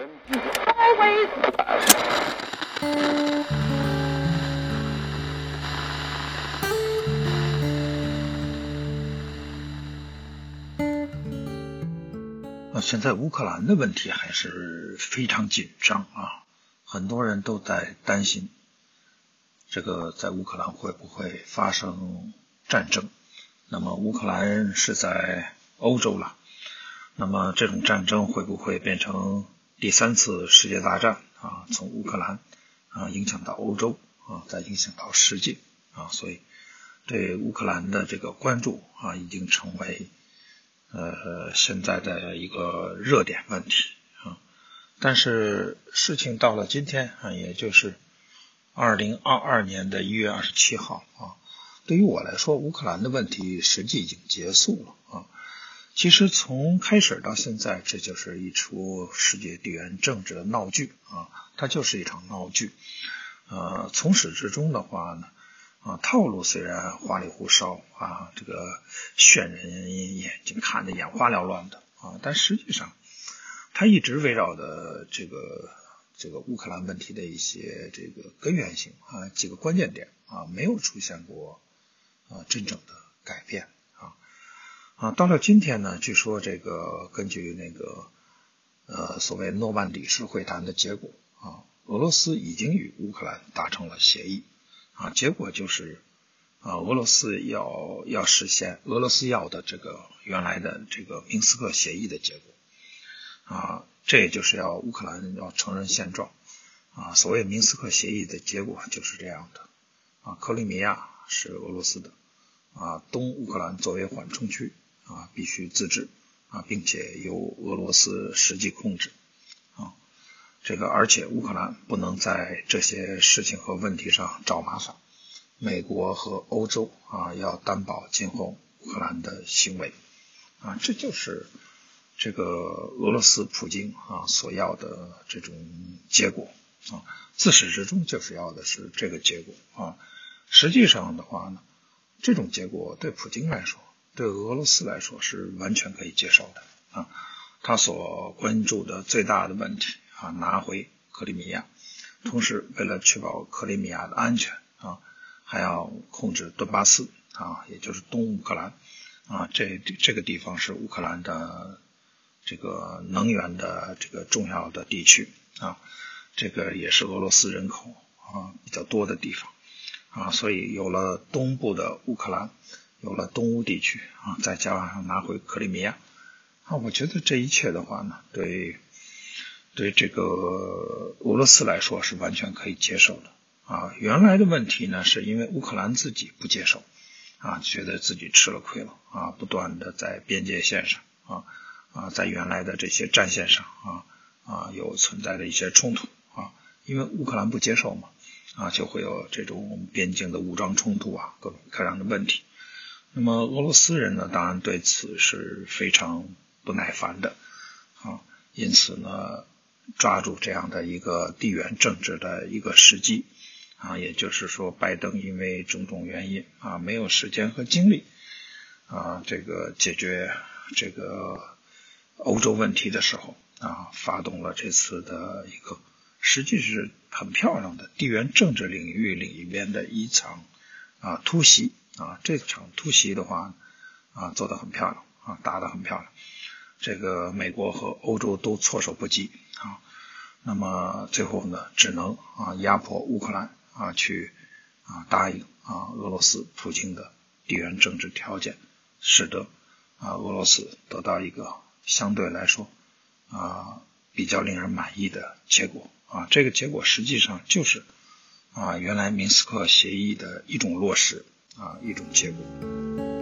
现在乌克兰的问题还是非常紧张啊，很多人都在担心这个在乌克兰会不会发生战争。那么乌克兰是在欧洲了，那么这种战争会不会变成第三次世界大战啊？从乌克兰影响到欧洲啊，再影响到世界啊，所以对乌克兰的这个关注啊，已经成为现在的一个热点问题啊。但是事情到了今天啊，也就是2022年1月27号啊，对于我来说，乌克兰的问题实际已经结束了啊。其实从开始到现在，这就是一出世界地缘政治的闹剧啊，它就是一场闹剧。从始至终的话呢，套路虽然花里胡哨啊，这个炫人眼睛看得眼花缭乱的啊，但实际上它一直围绕的这个乌克兰问题的一些这个根源性啊，几个关键点啊，没有出现过真正的改变到了今天呢，据说这个根据那个所谓诺曼底式会谈的结果啊，俄罗斯已经与乌克兰达成了协议结果就是俄罗斯要实现俄罗斯要的这个原来的这个明斯克协议的结果这也就是要乌克兰要承认现状所谓明斯克协议的结果就是这样的克里米亚是俄罗斯的东乌克兰作为缓冲区必须自治并且由俄罗斯实际控制而且乌克兰不能在这些事情和问题上找麻烦，美国和欧洲要担保今后乌克兰的行为这就是这个俄罗斯普京所要的这种结果自始至终就是要的是这个结果实际上的话呢，这种结果对普京来说，对俄罗斯来说是完全可以接受的他所关注的最大的问题拿回克里米亚，同时为了确保克里米亚的安全还要控制顿巴斯也就是东乌克兰这个地方是乌克兰的这个能源的这个重要的地区这个也是俄罗斯人口比较多的地方所以有了东部的乌克兰，有了东乌地区再加上拿回克里米亚我觉得这一切的话呢，对这个俄罗斯来说是完全可以接受的原来的问题呢，是因为乌克兰自己不接受觉得自己吃了亏了不断的在边界线上在原来的这些战线上有存在的一些冲突因为乌克兰不接受嘛就会有这种边境的武装冲突各种各样的问题。那么俄罗斯人呢，当然对此是非常不耐烦的因此呢，抓住这样的一个地缘政治的一个时机也就是说拜登因为种种原因没有时间和精力这个解决这个欧洲问题的时候发动了这次的一个实际是很漂亮的地缘政治领域里边的一场突袭这场突袭的话做得很漂亮打得很漂亮，这个美国和欧洲都措手不及那么最后呢，只能压迫乌克兰去答应俄罗斯普京的地缘政治条件，使得俄罗斯得到一个相对来说比较令人满意的结果这个结果实际上就是原来明斯克协议的一种落实一种结果。